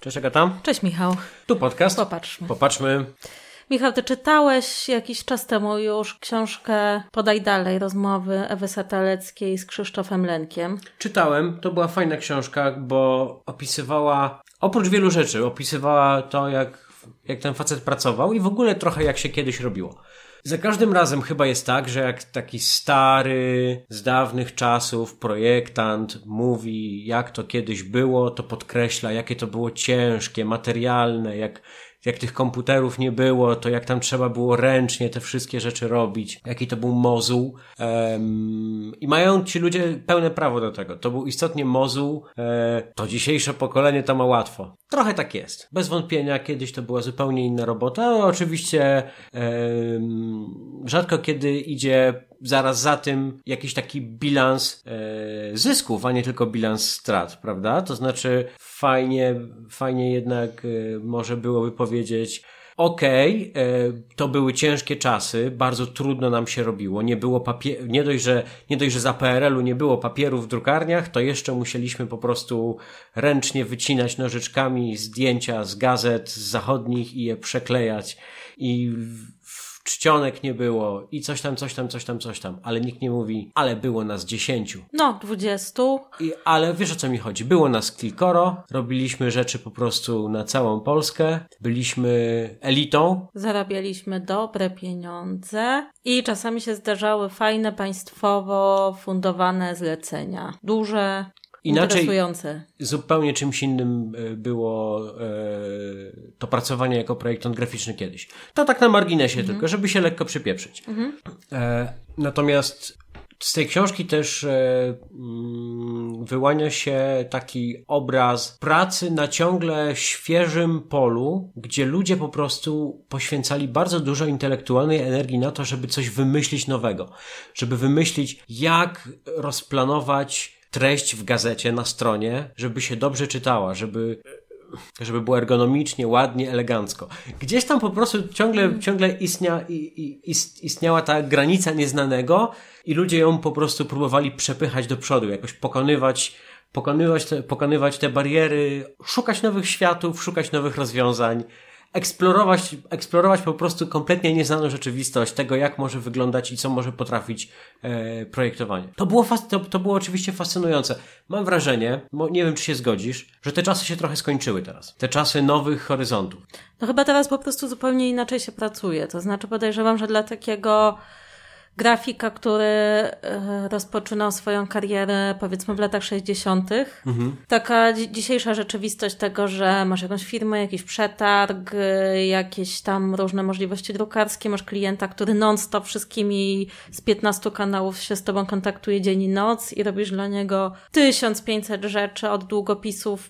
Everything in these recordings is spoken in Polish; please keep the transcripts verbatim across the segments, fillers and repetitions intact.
Cześć Agata. Cześć Michał. Tu podcast. Popatrzmy. Popatrzmy. Michał, ty czytałeś jakiś czas temu już książkę Podaj dalej, rozmowy Ewy Sataleckiej z Krzysztofem Lenkiem. Czytałem, to była fajna książka, bo opisywała, oprócz wielu rzeczy, opisywała to, jak, jak ten facet pracował i w ogóle trochę jak się kiedyś robiło. Za każdym razem chyba jest tak, że jak taki stary, z dawnych czasów projektant mówi, jak to kiedyś było, to podkreśla, jakie to było ciężkie, materialne, jak, jak tych komputerów nie było, to jak tam trzeba było ręcznie te wszystkie rzeczy robić, jaki to był mozuł. Um, I mają ci ludzie pełne prawo do tego. To był istotnie mozuł. E, to dzisiejsze pokolenie to ma łatwo. Trochę tak jest. Bez wątpienia kiedyś to była zupełnie inna robota, ale oczywiście um, rzadko kiedy idzie zaraz za tym jakiś taki bilans e, zysków, a nie tylko bilans strat, prawda? To znaczy fajnie, fajnie jednak e, może byłoby powiedzieć, okej, okay, to były ciężkie czasy, bardzo trudno nam się robiło, nie było papier- nie dość, że, nie dość, że za P R L u nie było papierów w drukarniach, to jeszcze musieliśmy po prostu ręcznie wycinać nożyczkami zdjęcia z gazet z zachodnich i je przeklejać i czcionek nie było i coś tam, coś tam, coś tam, coś tam, ale nikt nie mówi, ale było nas dziesięciu. No, dwudziestu. I, ale wiesz o co mi chodzi, było nas kilkoro, robiliśmy rzeczy po prostu na całą Polskę, byliśmy elitą. Zarabialiśmy dobre pieniądze i czasami się zdarzały fajne, państwowo fundowane zlecenia. Duże, Inaczej, interesujące. Zupełnie czymś innym było e, to pracowanie jako projektant graficzny kiedyś. To tak na marginesie mhm. tylko, żeby się lekko przypieprzyć. Mhm. E, natomiast z tej książki też e, mm, wyłania się taki obraz pracy na ciągle świeżym polu, gdzie ludzie po prostu poświęcali bardzo dużo intelektualnej energii na to, żeby coś wymyślić nowego. Żeby wymyślić, jak rozplanować treść w gazecie na stronie, żeby się dobrze czytała, żeby, żeby było ergonomicznie, ładnie, elegancko. Gdzieś tam po prostu ciągle, ciągle istnia, i, i, istniała ta granica nieznanego i ludzie ją po prostu próbowali przepychać do przodu, jakoś pokonywać, pokonywać te, pokonywać te bariery, szukać nowych światów, szukać nowych rozwiązań. Eksplorować, eksplorować po prostu kompletnie nieznaną rzeczywistość tego, jak może wyglądać i co może potrafić e, projektowanie. To było, fas- to, to było oczywiście fascynujące. Mam wrażenie, bo nie wiem, czy się zgodzisz, że te czasy się trochę skończyły teraz. Te czasy nowych horyzontów. No chyba teraz po prostu zupełnie inaczej się pracuje. To znaczy podejrzewam, że dla takiego grafika, który rozpoczynał swoją karierę powiedzmy w latach sześćdziesiątych. Mhm. Taka dzi- dzisiejsza rzeczywistość tego, że masz jakąś firmę, jakiś przetarg, jakieś tam różne możliwości drukarskie, masz klienta, który non-stop wszystkimi z piętnastu kanałów się z tobą kontaktuje dzień i noc i robisz dla niego tysiąc pięćset rzeczy od długopisów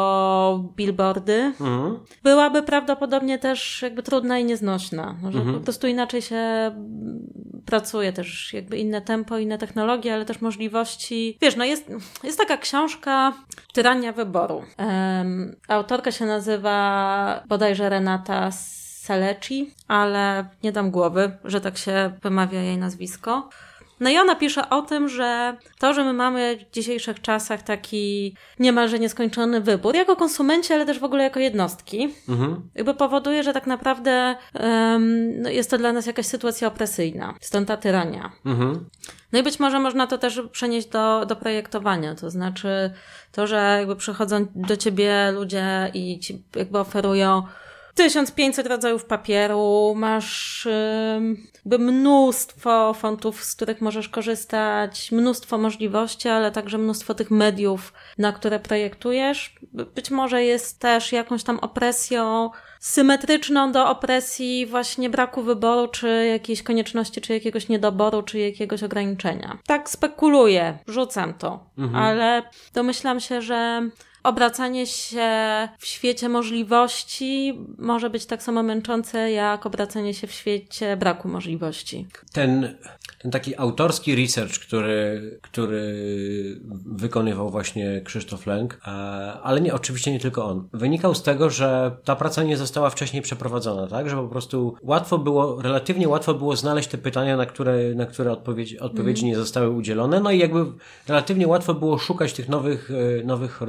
po billboardy. Mhm. Byłaby prawdopodobnie też jakby trudna i nieznośna. Że mhm. po prostu inaczej się pracuje. Też jakby inne tempo, inne technologie, ale też możliwości. Wiesz, no jest, jest taka książka Tyrania wyboru. Um, autorka się nazywa bodajże Renata Salecki, ale nie dam głowy, że tak się wymawia jej nazwisko. No i ona pisze o tym, że to, że my mamy w dzisiejszych czasach taki niemalże nieskończony wybór, jako konsumenci, ale też w ogóle jako jednostki, mhm. jakby powoduje, że tak naprawdę um, no jest to dla nas jakaś sytuacja opresyjna. Stąd ta tyrania. Mhm. No i być może można to też przenieść do, do projektowania, to znaczy to, że jakby przychodzą do ciebie ludzie i ci jakby oferują tysiąc pięćset rodzajów papieru, masz jakby mnóstwo fontów, z których możesz korzystać, mnóstwo możliwości, ale także mnóstwo tych mediów, na które projektujesz. Być może jest też jakąś tam opresją symetryczną do opresji właśnie braku wyboru, czy jakiejś konieczności, czy jakiegoś niedoboru, czy jakiegoś ograniczenia. Tak spekuluję, rzucam to, mhm. ale domyślam się, że obracanie się w świecie możliwości może być tak samo męczące, jak obracanie się w świecie braku możliwości. Ten, ten taki autorski research, który, który wykonywał właśnie Krzysztof Lenk, ale nie, oczywiście nie tylko on, wynikał z tego, że ta praca nie została wcześniej przeprowadzona, tak? Że po prostu łatwo było, relatywnie łatwo było znaleźć te pytania, na które, na które odpowiedzi, odpowiedzi mm. nie zostały udzielone, no i jakby relatywnie łatwo było szukać tych nowych, nowych horyzontów.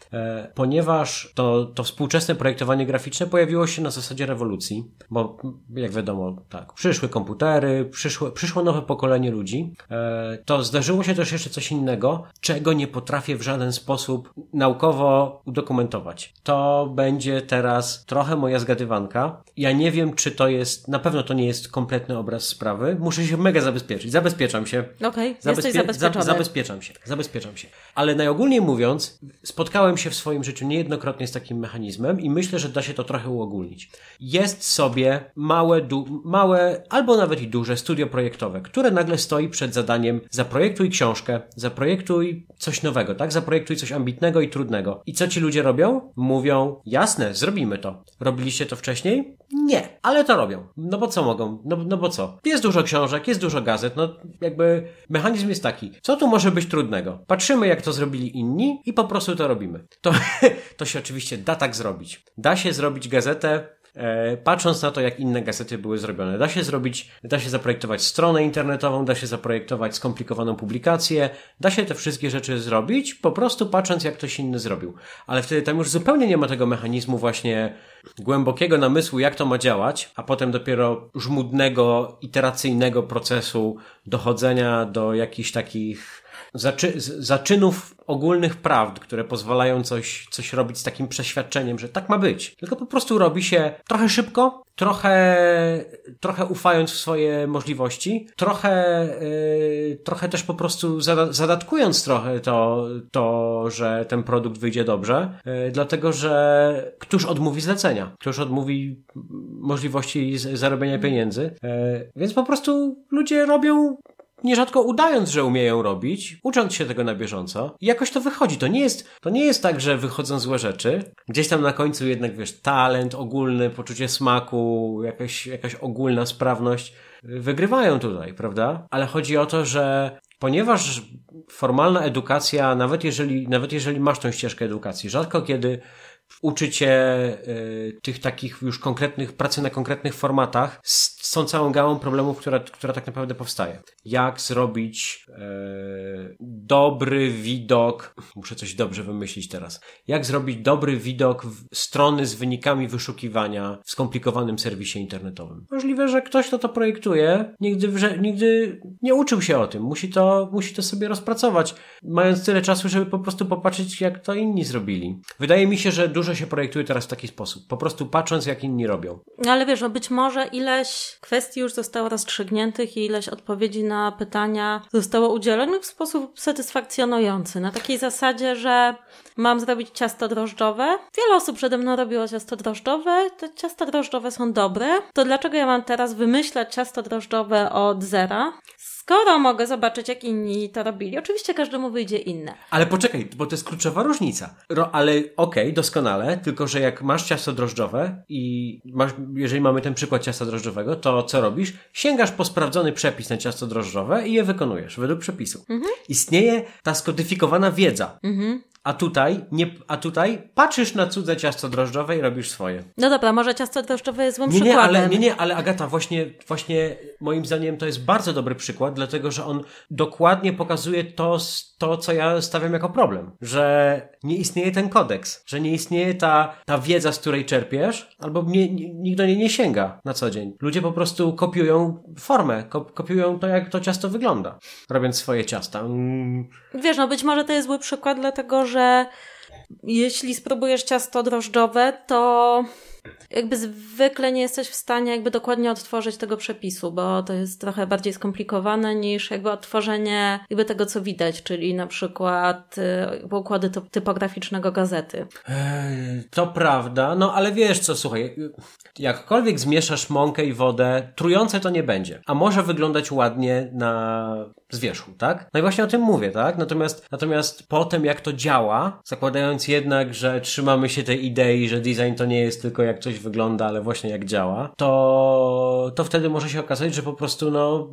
e, ponieważ to, to współczesne projektowanie graficzne pojawiło się na zasadzie rewolucji, bo jak wiadomo, tak, przyszły komputery, przyszło, przyszło nowe pokolenie ludzi, e, to zdarzyło się też jeszcze coś innego, czego nie potrafię w żaden sposób naukowo udokumentować. To będzie teraz trochę moja zgadywanka. Ja nie wiem, czy to jest, na pewno to nie jest kompletny obraz sprawy. Muszę się mega zabezpieczyć. Zabezpieczam się. Okej, okay, Zabezpie- jesteś zabezpieczony. Za- zabezpieczam się. Zabezpieczam się. Ale najogólniej mówiąc, spotkałem się w swoim życiu niejednokrotnie z takim mechanizmem i myślę, że da się to trochę uogólnić. Jest sobie małe, du- małe albo nawet i duże studio projektowe, które nagle stoi przed zadaniem zaprojektuj książkę, zaprojektuj coś nowego, tak? Zaprojektuj coś ambitnego i trudnego. I co ci ludzie robią? Mówią, jasne, zrobimy to. Robiliście to wcześniej? Nie, ale to robią. No bo co mogą? No, no bo co? Jest dużo książek, jest dużo gazet, no jakby mechanizm jest taki. Co tu może być trudnego? Patrzymy, jak to zrobili inni i po prostu to robimy. To, to się oczywiście da tak zrobić. Da się zrobić gazetę, e, patrząc na to, jak inne gazety były zrobione. Da się zrobić, da się zaprojektować stronę internetową, da się zaprojektować skomplikowaną publikację, da się te wszystkie rzeczy zrobić, po prostu patrząc, jak ktoś inny zrobił. Ale wtedy tam już zupełnie nie ma tego mechanizmu właśnie głębokiego namysłu, jak to ma działać, a potem dopiero żmudnego, iteracyjnego procesu dochodzenia do jakichś takich zaczy- zaczynów ogólnych prawd, które pozwalają coś, coś robić z takim przeświadczeniem, że tak ma być. Tylko po prostu robi się trochę szybko, trochę, trochę ufając w swoje możliwości, trochę, yy, trochę też po prostu zada- zadatkując trochę to, to, że ten produkt wyjdzie dobrze, yy, dlatego, że któż odmówi zlecenia, któż odmówi możliwości z- zarobienia pieniędzy, yy, więc po prostu ludzie robią nierzadko udając, że umieją robić, ucząc się tego na bieżąco i jakoś to wychodzi. To nie jest, to nie jest tak, że wychodzą złe rzeczy. Gdzieś tam na końcu jednak, wiesz, talent ogólny, poczucie smaku, jakaś, jakaś ogólna sprawność wygrywają tutaj, prawda? Ale chodzi o to, że ponieważ formalna edukacja, nawet jeżeli, nawet jeżeli masz tą ścieżkę edukacji, rzadko kiedy uczy cię y, tych takich już konkretnych, pracy na konkretnych formatach z, z tą całą gałą problemów, która, która tak naprawdę powstaje. Jak zrobić y, dobry widok, muszę coś dobrze wymyślić teraz, jak zrobić dobry widok w, strony z wynikami wyszukiwania w skomplikowanym serwisie internetowym. Możliwe, że ktoś, kto to projektuje, nigdy, że, nigdy nie uczył się o tym. Musi to, musi to sobie rozpracować, mając tyle czasu, żeby po prostu popatrzeć, jak to inni zrobili. Wydaje mi się, że dużo się projektuje teraz w taki sposób. Po prostu patrząc, jak inni robią. Ale wiesz, no być może ileś kwestii już zostało rozstrzygniętych i ileś odpowiedzi na pytania zostało udzielonych w sposób satysfakcjonujący. Na takiej zasadzie, że mam zrobić ciasto drożdżowe. Wiele osób przede mną robiło ciasto drożdżowe. Te ciasta drożdżowe są dobre. To dlaczego ja mam teraz wymyślać ciasto drożdżowe od zera? Skoro mogę zobaczyć, jak inni to robili. Oczywiście każdemu wyjdzie inne. Ale poczekaj, bo to jest kluczowa różnica. Ro, ale okej, okay, doskonale, tylko że jak masz ciasto drożdżowe i masz, jeżeli mamy ten przykład ciasta drożdżowego, to co robisz? Sięgasz po sprawdzony przepis na ciasto drożdżowe i je wykonujesz według przepisu. Mhm. Istnieje ta skodyfikowana wiedza. Mhm. A tutaj, nie, a tutaj patrzysz na cudze ciasto drożdżowe i robisz swoje. No dobra, może ciasto drożdżowe jest złym nie, nie, przykładem. Ale, nie, nie, ale Agata, właśnie, właśnie moim zdaniem to jest bardzo dobry przykład, dlatego że on dokładnie pokazuje to, to co ja stawiam jako problem. Że nie istnieje ten kodeks, że nie istnieje ta, ta wiedza, z której czerpiesz, albo nie, nikt do niej nie sięga na co dzień. Ludzie po prostu kopiują formę, kop, kopiują to, jak to ciasto wygląda, robiąc swoje ciasta. Mm. Wiesz, no być może to jest zły przykład, dlatego że jeśli spróbujesz ciasto drożdżowe, to jakby zwykle nie jesteś w stanie jakby dokładnie odtworzyć tego przepisu, bo to jest trochę bardziej skomplikowane niż jakby odtworzenie jakby tego, co widać, czyli na przykład y, układy typograficznego gazety. Eee, to prawda, no ale wiesz co, słuchaj, jakkolwiek zmieszasz mąkę i wodę, trujące to nie będzie, a może wyglądać ładnie na z wierzchu, tak? No i właśnie o tym mówię, tak? Natomiast, natomiast potem jak to działa, zakładając jednak, że trzymamy się tej idei, że design to nie jest tylko jak coś wygląda, ale właśnie jak działa, to, to wtedy może się okazać, że po prostu no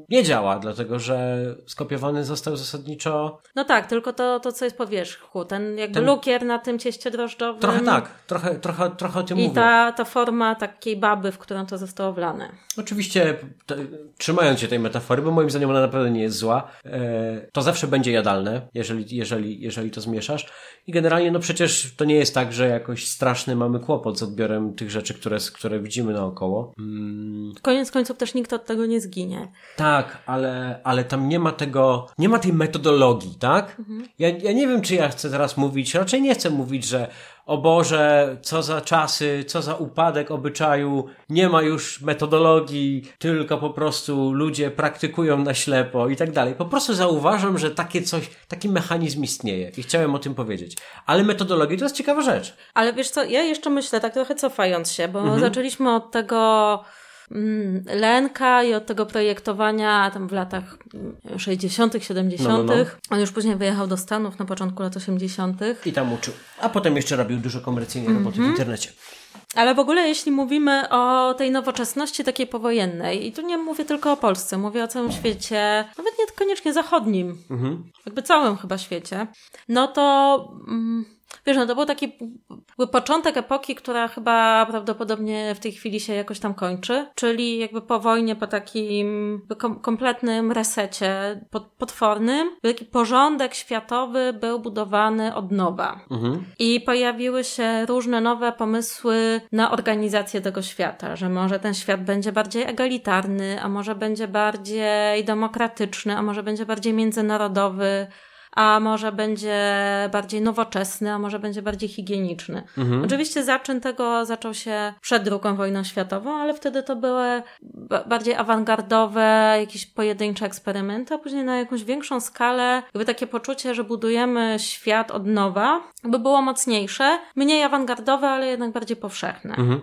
nie działa, dlatego że skopiowany został zasadniczo... No tak, tylko to, to co jest po wierzchu, ten jakby ten... lukier na tym cieście drożdżowym. Trochę tak, trochę, trochę, trochę o tym I mówię. I ta, ta forma takiej baby, w którą to zostało wlane. Oczywiście, te, trzymając się tej metafory, bo moim zdaniem ona naprawdę nie jest zła, e, to zawsze będzie jadalne, jeżeli, jeżeli, jeżeli to zmieszasz. I generalnie, no przecież to nie jest tak, że jakoś straszny mamy kłopot z odbiorem tych rzeczy, które, które widzimy naokoło. Mm. Koniec końców też nikt od tego nie zginie. Tak, ale, ale tam nie ma tego, nie ma tej metodologii, tak? Mhm. Ja, ja nie wiem, czy ja chcę teraz mówić, raczej nie chcę mówić, że o Boże, co za czasy, co za upadek obyczaju, nie ma już metodologii, tylko po prostu ludzie praktykują na ślepo i tak dalej. Po prostu zauważam, że takie coś, taki mechanizm istnieje i chciałem o tym powiedzieć. Ale metodologia to jest ciekawa rzecz. Ale wiesz co, ja jeszcze myślę, tak trochę cofając się, bo mhm. zaczęliśmy od tego mm, Lenka i od tego projektowania tam w latach sześćdziesiątych, siedemdziesiątych. No, no, no. On już później wyjechał do Stanów na początku lat osiemdziesiątych. I tam uczył. A potem jeszcze robił dużo komercyjnej roboty mm-hmm. w internecie. Ale w ogóle jeśli mówimy o tej nowoczesności takiej powojennej, i tu nie mówię tylko o Polsce, mówię o całym świecie, nawet nie koniecznie zachodnim, mhm. jakby całym chyba świecie, no to mm, wiesz, no to był taki był początek epoki, która chyba prawdopodobnie w tej chwili się jakoś tam kończy, czyli jakby po wojnie, po takim kom- kompletnym resecie pot- potwornym, taki porządek światowy był budowany od nowa. Mhm. I pojawiły się różne nowe pomysły na organizację tego świata, że może ten świat będzie bardziej egalitarny, a może będzie bardziej demokratyczny, a może będzie bardziej międzynarodowy, a może będzie bardziej nowoczesny, a może będzie bardziej higieniczny. Mhm. Oczywiście zaczyn tego zaczął się przed drugą wojną światową, ale wtedy to były b- bardziej awangardowe, jakieś pojedyncze eksperymenty, a później na jakąś większą skalę jakby takie poczucie, że budujemy świat od nowa, by było mocniejsze, mniej awangardowe, ale jednak bardziej powszechne. Mhm.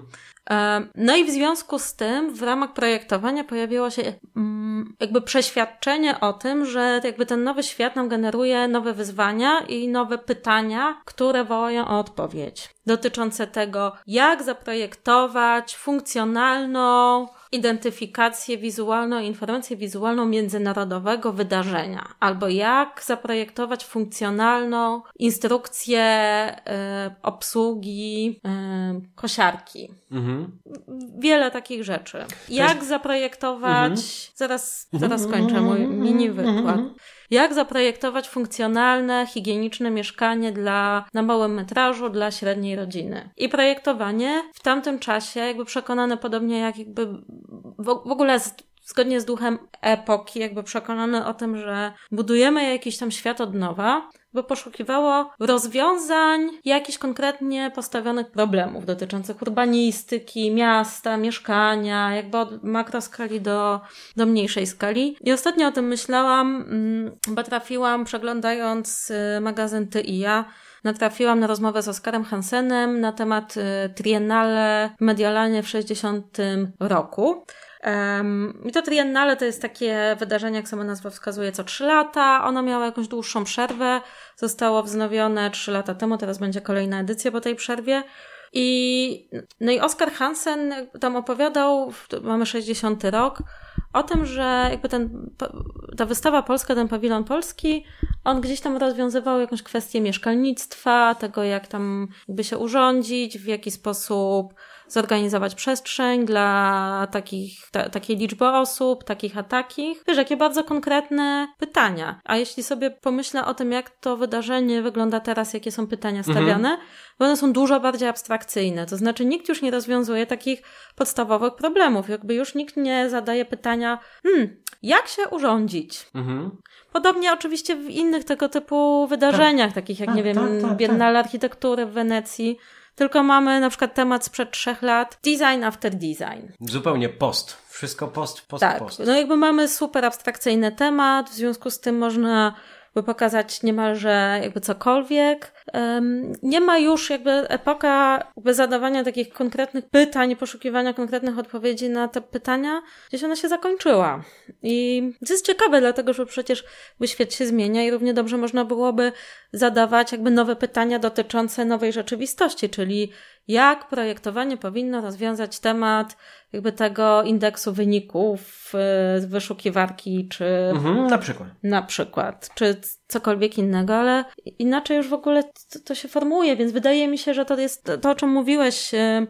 No i w związku z tym w ramach projektowania pojawiło się jakby przeświadczenie o tym, że jakby ten nowy świat nam generuje nowe wyzwania i nowe pytania, które wołają o odpowiedź. Dotyczące tego, jak zaprojektować funkcjonalną identyfikację wizualną, informację wizualną międzynarodowego wydarzenia. Albo jak zaprojektować funkcjonalną instrukcję y, obsługi y, kosiarki. Mhm. Wiele takich rzeczy. Jak jest... zaprojektować... Mhm. Zaraz, zaraz skończę mój mini wykład. Jak zaprojektować funkcjonalne, higieniczne mieszkanie dla, na małym metrażu dla średniej rodziny. I projektowanie w tamtym czasie, jakby przekonane podobnie jak jakby w, w ogóle z, zgodnie z duchem epoki, jakby przekonane o tym, że budujemy jakiś tam świat od nowa, bo poszukiwało rozwiązań jakichś konkretnie postawionych problemów dotyczących urbanistyki, miasta, mieszkania, jakby od makroskali do, do mniejszej skali. I ostatnio o tym myślałam, bo trafiłam, przeglądając magazyn Ty i ja, natrafiłam na rozmowę z Oskarem Hansenem na temat Triennale w Mediolanie w sześćdziesiątym roku. Um, I to Triennale to jest takie wydarzenie, jak sama nazwa wskazuje, co trzy lata. Ono miało jakąś dłuższą przerwę. Zostało wznowione trzy lata temu. Teraz będzie kolejna edycja po tej przerwie. I, no i Oskar Hansen tam opowiadał, mamy sześćdziesiąty rok, o tym, że jakby ten, ta wystawa polska, ten pawilon polski, on gdzieś tam rozwiązywał jakąś kwestię mieszkalnictwa, tego jak tam jakby się urządzić, w jaki sposób zorganizować przestrzeń dla takich, ta, takiej liczby osób, takich a takich. Wiesz, jakie bardzo konkretne pytania. A jeśli sobie pomyślę o tym, jak to wydarzenie wygląda teraz, jakie są pytania stawiane, mhm. bo one są dużo bardziej abstrakcyjne. To znaczy nikt już nie rozwiązuje takich podstawowych problemów. Jakby już nikt nie zadaje pytania, hmm, jak się urządzić? Mhm. Podobnie oczywiście w innych tego typu wydarzeniach, tak. takich jak, tak, nie wiem, tak, tak, Biennale tak. Architektury w Wenecji. Tylko mamy na przykład temat sprzed trzech lat, design after design. Zupełnie post. Wszystko post, post, tak. post. No jakby mamy super abstrakcyjny temat, w związku z tym można by pokazać niemalże jakby cokolwiek. Um, nie ma już jakby epoka jakby zadawania takich konkretnych pytań, poszukiwania konkretnych odpowiedzi na te pytania, gdzieś ona się zakończyła. I to jest ciekawe, dlatego że przecież jakby świat się zmienia i równie dobrze można byłoby zadawać jakby nowe pytania dotyczące nowej rzeczywistości, czyli jak projektowanie powinno rozwiązać temat jakby tego indeksu wyników z wyszukiwarki, czy mhm, na przykład. Na przykład, czy cokolwiek innego, ale inaczej już w ogóle to, to się formuje, więc wydaje mi się, że to jest to, o czym mówiłeś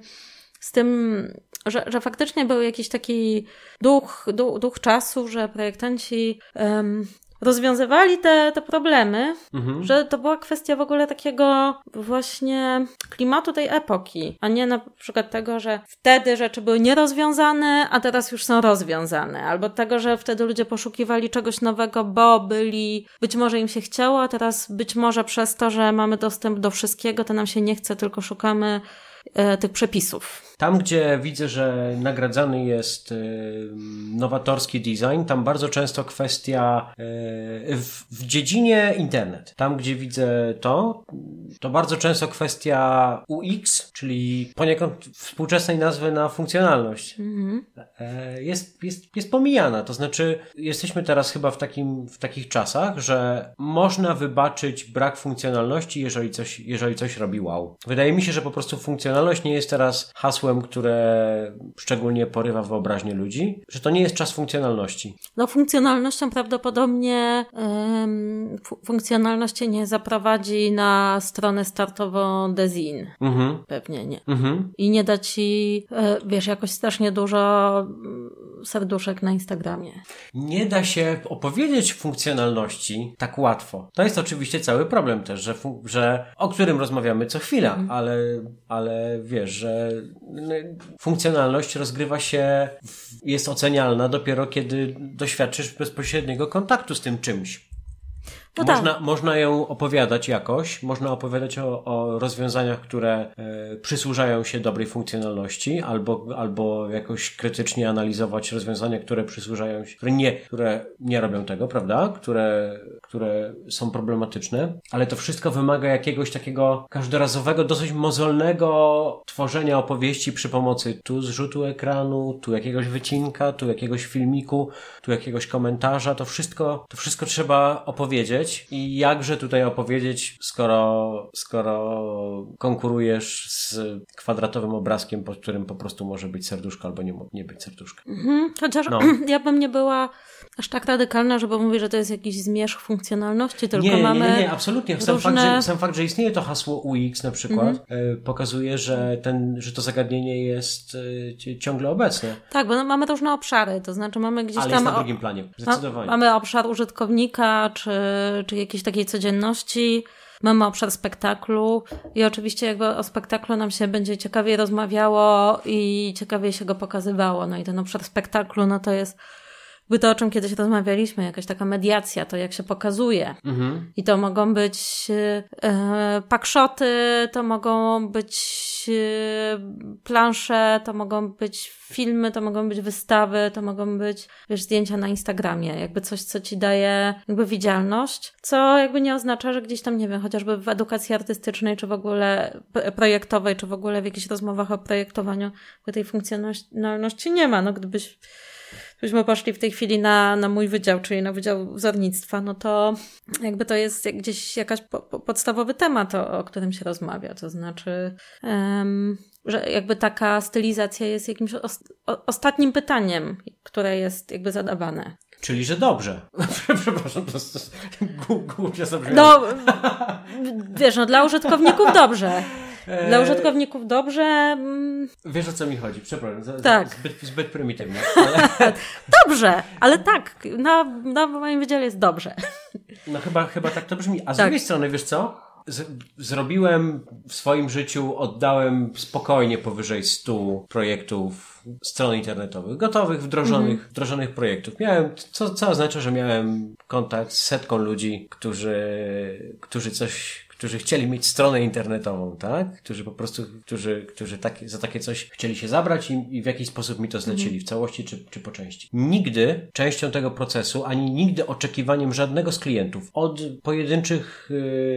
z tym, że, że faktycznie był jakiś taki duch, duch, duch czasu, że projektanci um, rozwiązywali te, te problemy, mhm. że to była kwestia w ogóle takiego właśnie klimatu tej epoki, a nie na przykład tego, że wtedy rzeczy były nierozwiązane, a teraz już są rozwiązane, albo tego, że wtedy ludzie poszukiwali czegoś nowego, bo byli, być może im się chciało, a teraz być może przez to, że mamy dostęp do wszystkiego, to nam się nie chce, tylko szukamy e, tych przepisów. Tam, gdzie widzę, że nagradzany jest y, nowatorski design, tam bardzo często kwestia y, w, w dziedzinie internet. Tam, gdzie widzę to, to bardzo często kwestia U X, czyli poniekąd współczesnej nazwy na funkcjonalność, mm-hmm. y, jest, jest, jest pomijana. To znaczy, jesteśmy teraz chyba w, takim, w takich czasach, że można wybaczyć brak funkcjonalności, jeżeli coś, jeżeli coś robi wow. Wydaje mi się, że po prostu funkcjonalność nie jest teraz hasłem, które szczególnie porywa wyobraźnię ludzi, że to nie jest czas funkcjonalności. No funkcjonalnością prawdopodobnie um, funkcjonalność nie zaprowadzi na stronę startową Dezin. Mhm. Pewnie nie. Mhm. I nie da ci, wiesz, jakoś strasznie dużo serduszek na Instagramie. Nie da się opowiedzieć funkcjonalności tak łatwo. To jest oczywiście cały problem też, że, fun- że o którym rozmawiamy co chwila, mhm. ale, ale wiesz, że funkcjonalność rozgrywa się, jest ocenialna dopiero kiedy doświadczysz bezpośredniego kontaktu z tym czymś. No można, tak. można ją opowiadać jakoś, można opowiadać o, o rozwiązaniach, które e, przysłużają się dobrej funkcjonalności, albo, albo jakoś krytycznie analizować rozwiązania, które przysłużają się, które nie, które nie robią tego, prawda? Które, które są problematyczne, ale to wszystko wymaga jakiegoś takiego każdorazowego, dosyć mozolnego tworzenia opowieści przy pomocy tu zrzutu ekranu, tu jakiegoś wycinka, tu jakiegoś filmiku, tu jakiegoś komentarza. To wszystko, to wszystko trzeba opowiedzieć. I jakże tutaj opowiedzieć, skoro, skoro konkurujesz z kwadratowym obrazkiem, pod którym po prostu może być serduszko albo nie, nie być serduszka. Mhm. Chociaż no. ja bym nie była aż tak radykalna, żeby mówić, że to jest jakiś zmierzch funkcjonalności, tylko nie, mamy... Nie, nie, nie, absolutnie. Sam, różne... fakt, że, sam fakt, że istnieje to hasło U X na przykład, mhm. pokazuje, że, ten, że to zagadnienie jest ciągle obecne. Tak, bo no, mamy różne obszary, to znaczy mamy gdzieś Ale tam... jest na drugim planie, zdecydowanie. Mamy obszar użytkownika, czy, czy jakiejś takiej codzienności, mamy obszar spektaklu i oczywiście jakby o spektaklu nam się będzie ciekawiej rozmawiało i ciekawiej się go pokazywało. No i ten obszar spektaklu, no to jest jakby to, o czym kiedyś rozmawialiśmy, jakaś taka mediacja, to jak się pokazuje. Mhm. I to mogą być e, pakshoty, to mogą być e, plansze, to mogą być filmy, to mogą być wystawy, to mogą być, wiesz, zdjęcia na Instagramie. Jakby coś, co ci daje jakby widzialność, co jakby nie oznacza, że gdzieś tam, nie wiem, chociażby w edukacji artystycznej, czy w ogóle projektowej, czy w ogóle w jakichś rozmowach o projektowaniu tej funkcjonalności nie ma. No gdybyś Gdybyśmy poszli w tej chwili na, na mój wydział, czyli na Wydział Wzornictwa, no to jakby to jest gdzieś jakaś po, po, podstawowy temat, o, o którym się rozmawia. To znaczy, um, że jakby taka stylizacja jest jakimś os, o, ostatnim pytaniem, które jest jakby zadawane. Czyli, że dobrze. Przepraszam, to jest głupia zabrzmiała. No, wiesz, no dla użytkowników dobrze. Dla użytkowników dobrze. Wiesz, o co mi chodzi, przepraszam. Tak. Zbyt, zbyt prymitywnie. Ale... Dobrze, ale tak, na, na moim wydziale jest dobrze. No chyba, chyba tak to brzmi. A z tak. drugiej strony, wiesz co? Z, zrobiłem w swoim życiu, oddałem spokojnie powyżej stu projektów stron internetowych, gotowych, wdrożonych, mm-hmm. wdrożonych projektów. Miałem, co, co oznacza, że miałem kontakt z setką ludzi, którzy, którzy coś... którzy chcieli mieć stronę internetową, tak? Którzy po prostu, którzy, którzy tak, za takie coś chcieli się zabrać i, i w jakiś sposób mi to zlecili, mhm. w całości czy, czy po części. Nigdy częścią tego procesu, ani nigdy oczekiwaniem żadnego z klientów, od pojedynczych,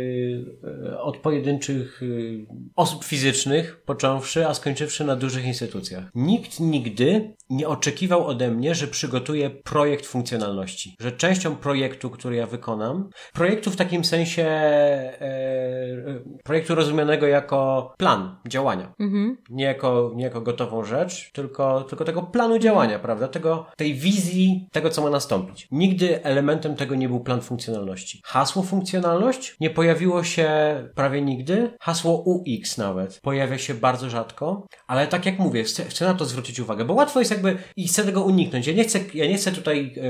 yy, od pojedynczych yy, osób fizycznych, począwszy, a skończywszy na dużych instytucjach. Nikt nigdy nie oczekiwał ode mnie, że przygotuję projekt funkcjonalności. Że częścią projektu, który ja wykonam, projektu w takim sensie, yy, projektu rozumianego jako plan działania. Mhm. Nie jako, nie jako gotową rzecz, tylko, tylko tego planu działania, prawda? Tego, tej wizji tego, co ma nastąpić. Nigdy elementem tego nie był plan funkcjonalności. Hasło funkcjonalność nie pojawiło się prawie nigdy. Hasło U X nawet pojawia się bardzo rzadko, ale tak jak mówię, chcę, chcę na to zwrócić uwagę, bo łatwo jest jakby i chcę tego uniknąć. Ja nie chcę, ja nie chcę tutaj yy,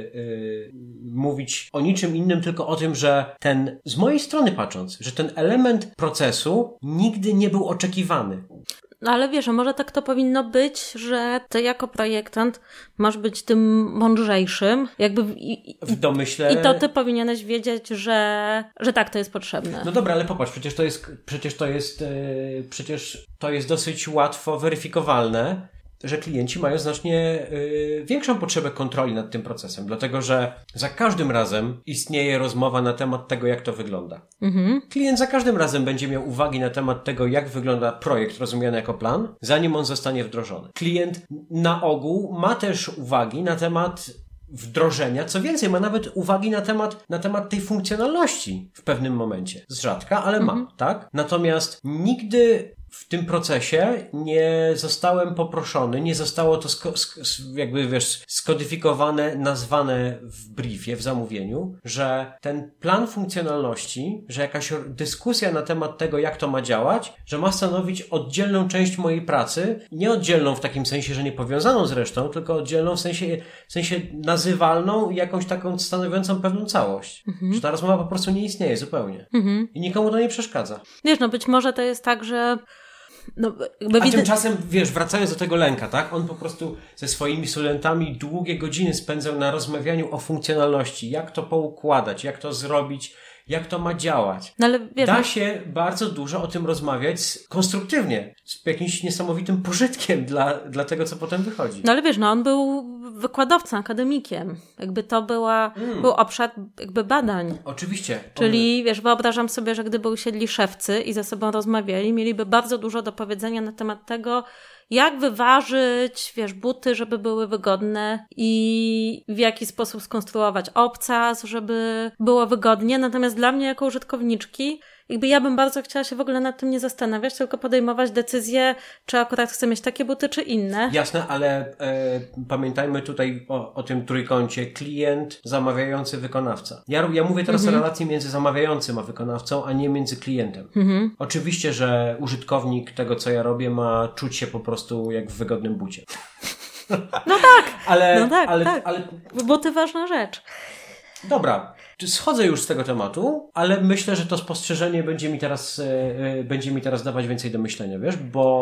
yy, mówić o niczym innym, tylko o tym, że ten, z mojej strony patrząc, że ten element procesu nigdy nie był oczekiwany. No ale wiesz, a może tak to powinno być, że ty jako projektant masz być tym mądrzejszym, jakby w, i, w domyśle... i to ty powinieneś wiedzieć, że, że tak to jest potrzebne. No dobra, ale popatrz, przecież to jest, przecież to jest, yy, przecież to jest dosyć łatwo weryfikowalne, że klienci mają znacznie y, większą potrzebę kontroli nad tym procesem, dlatego że za każdym razem istnieje rozmowa na temat tego, jak to wygląda. Mhm. Klient za każdym razem będzie miał uwagi na temat tego, jak wygląda projekt rozumiany jako plan, zanim on zostanie wdrożony. Klient na ogół ma też uwagi na temat wdrożenia, co więcej, ma nawet uwagi na temat, na temat tej funkcjonalności w pewnym momencie. Z rzadka, ale ma, mhm. tak? Natomiast nigdy w tym procesie nie zostałem poproszony, nie zostało to sko- sk- jakby wiesz, skodyfikowane, nazwane w briefie, w zamówieniu, że ten plan funkcjonalności, że jakaś dyskusja na temat tego, jak to ma działać, że ma stanowić oddzielną część mojej pracy, nie oddzielną w takim sensie, że nie powiązaną z resztą, tylko oddzielną w sensie, w sensie nazywalną i jakąś taką stanowiącą pewną całość. Mhm. Że ta rozmowa po prostu nie istnieje zupełnie. Mhm. I nikomu to nie przeszkadza. Wiesz, no być może to jest tak, że No, A widzę... tymczasem, wiesz, wracając do tego Lenka, tak? On po prostu ze swoimi studentami długie godziny spędzał na rozmawianiu o funkcjonalności. Jak to poukładać, jak to zrobić, jak to ma działać. No, ale wiesz, da się bardzo dużo o tym rozmawiać konstruktywnie, z jakimś niesamowitym pożytkiem dla, dla tego, co potem wychodzi. No ale wiesz, no on był wykładowcą, akademikiem. Jakby to była, mm. był obszar jakby badań. Oczywiście. Czyli on... wiesz, wyobrażam sobie, że gdyby usiedli szewcy i ze sobą rozmawiali, mieliby bardzo dużo do powiedzenia na temat tego, jak wyważyć, wiesz, buty, żeby były wygodne i w jaki sposób skonstruować obcas, żeby było wygodnie. Natomiast dla mnie jako użytkowniczki, jakby ja bym bardzo chciała się w ogóle nad tym nie zastanawiać, tylko podejmować decyzję, czy akurat chcę mieć takie buty, czy inne. Jasne, ale e, pamiętajmy tutaj o, o tym trójkącie klient, zamawiający, wykonawca. Ja, ja mówię teraz mhm. o relacji między zamawiającym a wykonawcą, a nie między klientem. Mhm. Oczywiście, że użytkownik tego, co ja robię, ma czuć się po prostu jak w wygodnym bucie. No tak, ale, no tak, ale, tak. ale... buty ważna rzecz. Dobra. Schodzę już z tego tematu, ale myślę, że to spostrzeżenie będzie mi teraz, yy, będzie mi teraz dawać więcej do myślenia, wiesz,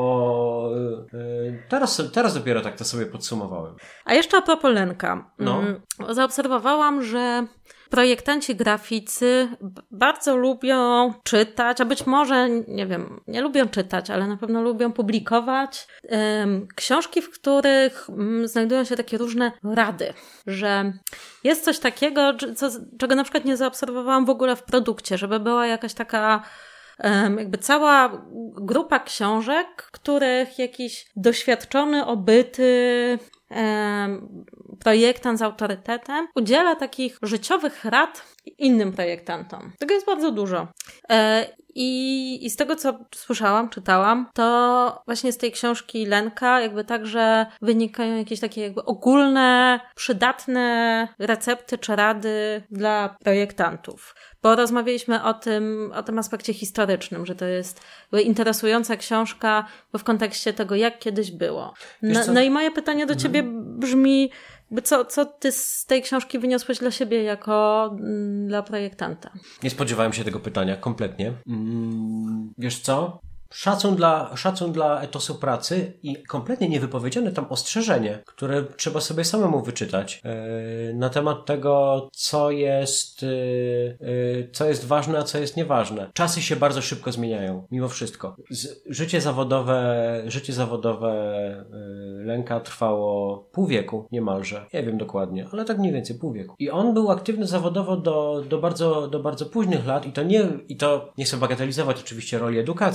bo yy, teraz, teraz dopiero tak to sobie podsumowałem. A jeszcze a propos Lenka. No. Zaobserwowałam, że projektanci graficy bardzo lubią czytać, a być może, nie wiem, nie lubią czytać, ale na pewno lubią publikować um, książki, w których um, znajdują się takie różne rady, że jest coś takiego, co, czego na przykład nie zaobserwowałam w ogóle w produkcie, żeby była jakaś taka um, jakby cała grupa książek, których jakiś doświadczony, obyty um, projektant z autorytetem udziela takich życiowych rad innym projektantom. Tego jest bardzo dużo. E, i, I z tego, co słyszałam, czytałam, to właśnie z tej książki Lenka jakby także wynikają jakieś takie jakby ogólne, przydatne recepty czy rady dla projektantów. Bo rozmawialiśmy o tym, o tym aspekcie historycznym, że to jest interesująca książka w kontekście tego, jak kiedyś było. No, no i moje pytanie do ciebie brzmi, co, co ty z tej książki wyniosłeś dla siebie jako mm, dla projektanta? Nie spodziewałem się tego pytania, kompletnie. Mm, wiesz co? Szacun dla, szacun dla etosu pracy i kompletnie niewypowiedziane tam ostrzeżenie, które trzeba sobie samemu wyczytać yy, na temat tego, co jest, yy, yy, co jest ważne, a co jest nieważne. Czasy się bardzo szybko zmieniają, mimo wszystko. Z, życie zawodowe, życie zawodowe yy, Lenka trwało pół wieku niemalże. Nie wiem dokładnie, ale tak mniej więcej pół wieku. I on był aktywny zawodowo do, do, bardzo, do bardzo późnych lat i to nie, i to nie chcę bagatelizować oczywiście roli edukacji, tak,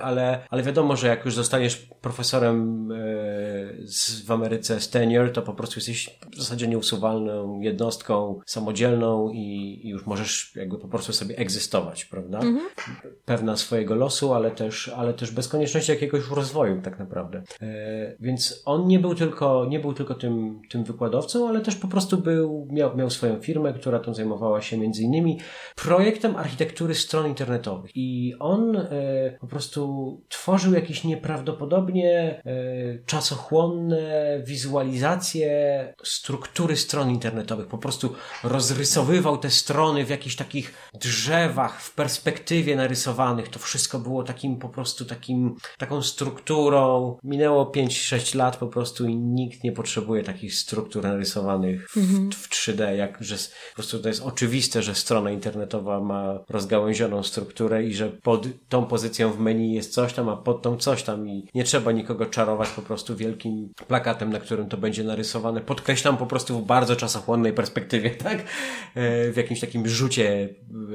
ale, ale wiadomo, że jak już zostaniesz profesorem e, z, w Ameryce z tenure, to po prostu jesteś w zasadzie nieusuwalną jednostką, samodzielną i, i już możesz jakby po prostu sobie egzystować, prawda? Mhm. Pewna swojego losu, ale też, ale też bez konieczności jakiegoś rozwoju tak naprawdę. E, więc on nie był tylko, nie był tylko tym, tym wykładowcą, ale też po prostu był, miał, miał swoją firmę, która tam zajmowała się między innymi projektem architektury stron internetowych. I on e, po prostu tworzył jakieś nieprawdopodobnie e, czasochłonne wizualizacje struktury stron internetowych. Po prostu rozrysowywał te strony w jakichś takich drzewach, w perspektywie narysowanych. To wszystko było takim po prostu takim, taką strukturą. Minęło pięć sześć lat po prostu i nikt nie potrzebuje takich struktur narysowanych w, mhm. w trzy D, jak że po prostu to jest oczywiste, że strona internetowa ma rozgałęzioną strukturę i że pod tą pozycją w menu jest coś tam, a pod tą coś tam i nie trzeba nikogo czarować po prostu wielkim plakatem, na którym to będzie narysowane. Podkreślam po prostu w bardzo czasochłonnej perspektywie, tak? W jakimś takim rzucie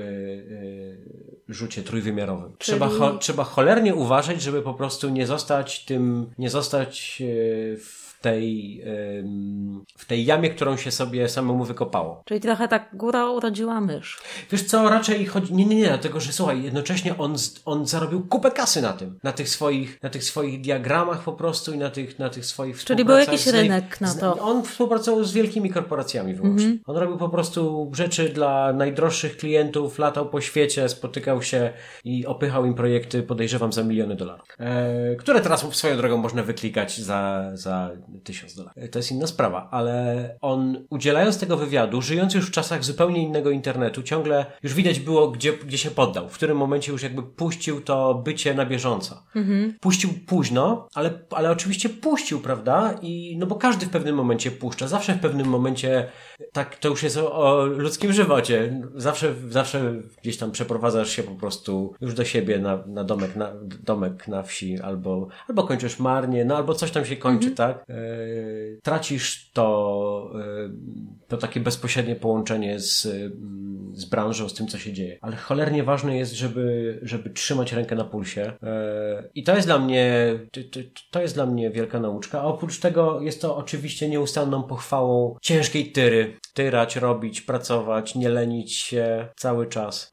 rzucie trójwymiarowym. Czyli... Trzeba, cho- trzeba cholernie uważać, żeby po prostu nie zostać tym, nie zostać w tej, w tej jamie, którą się sobie samemu wykopało. Czyli trochę tak góra urodziła mysz. Wiesz co, raczej chodzi... Nie, nie, nie, dlatego, że słuchaj, jednocześnie on, on zarobił kupę kasy na tym. Na tych swoich, na tych swoich diagramach po prostu i na tych, na tych swoich współpracach. Czyli był jakiś rynek na to. Z, on współpracował z wielkimi korporacjami wyłącznie. Mm-hmm. On robił po prostu rzeczy dla najdroższych klientów, latał po świecie, spotykał się i opychał im projekty, podejrzewam, za miliony dolarów. E, które teraz swoją drogą można wyklikać za, za tysiąc dolarów. To jest inna sprawa, ale on udzielając tego wywiadu, żyjąc już w czasach zupełnie innego internetu, ciągle już widać było, gdzie, gdzie się poddał, w którym momencie już jakby puścił to bycie na bieżąco. Mhm. Puścił późno, ale, ale oczywiście puścił, prawda? I no bo każdy w pewnym momencie puszcza, zawsze w pewnym momencie tak, to już jest o, o ludzkim żywocie. Zawsze, zawsze gdzieś tam przeprowadzasz się po prostu już do siebie na, na domek na domek na wsi, albo, albo kończysz marnie, no albo coś tam się kończy, mhm. tak? Yy, tracisz to, yy, to takie bezpośrednie połączenie z, yy, z branżą, z tym, co się dzieje. Ale cholernie ważne jest, żeby, żeby trzymać rękę na pulsie. Yy, I to jest dla mnie, to, to jest dla mnie wielka nauczka. A oprócz tego jest to oczywiście nieustanną pochwałą ciężkiej tyry. Tyrać, robić, pracować, nie lenić się cały czas.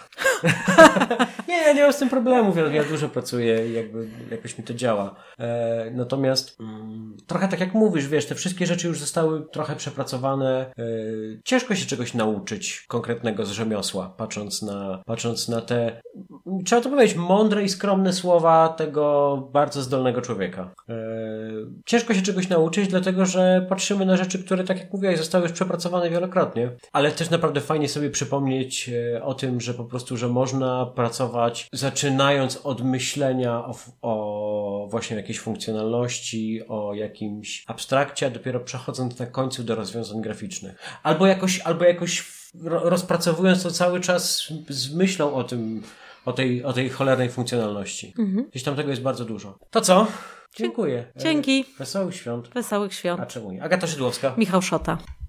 nie, ja nie mam z tym problemu. Ja, ja dużo pracuję i jakby jakoś mi to działa. E, natomiast mm, trochę tak jak mówisz, wiesz, te wszystkie rzeczy już zostały trochę przepracowane. E, ciężko się czegoś nauczyć konkretnego z rzemiosła, patrząc na, patrząc na te, trzeba to powiedzieć, mądre i skromne słowa tego bardzo zdolnego człowieka. E, ciężko się czegoś nauczyć, dlatego że patrzymy na rzeczy, które, tak jak mówiłeś, zostały już przepracowane wielokrotnie, ale też naprawdę fajnie sobie przypomnieć o tym, że po prostu, że można pracować zaczynając od myślenia o, o właśnie jakiejś funkcjonalności, o jakimś abstrakcie, a dopiero przechodząc na końcu do rozwiązań graficznych. Albo jakoś, albo jakoś rozpracowując to cały czas z myślą o tym, o tej, o tej cholernej funkcjonalności. Mhm. Gdzieś tam tego jest bardzo dużo. To co? Dziękuję. Dzięki. Wesołych świąt. Wesołych świąt. A czemu nie? Agata Szydłowska. Michał Szota.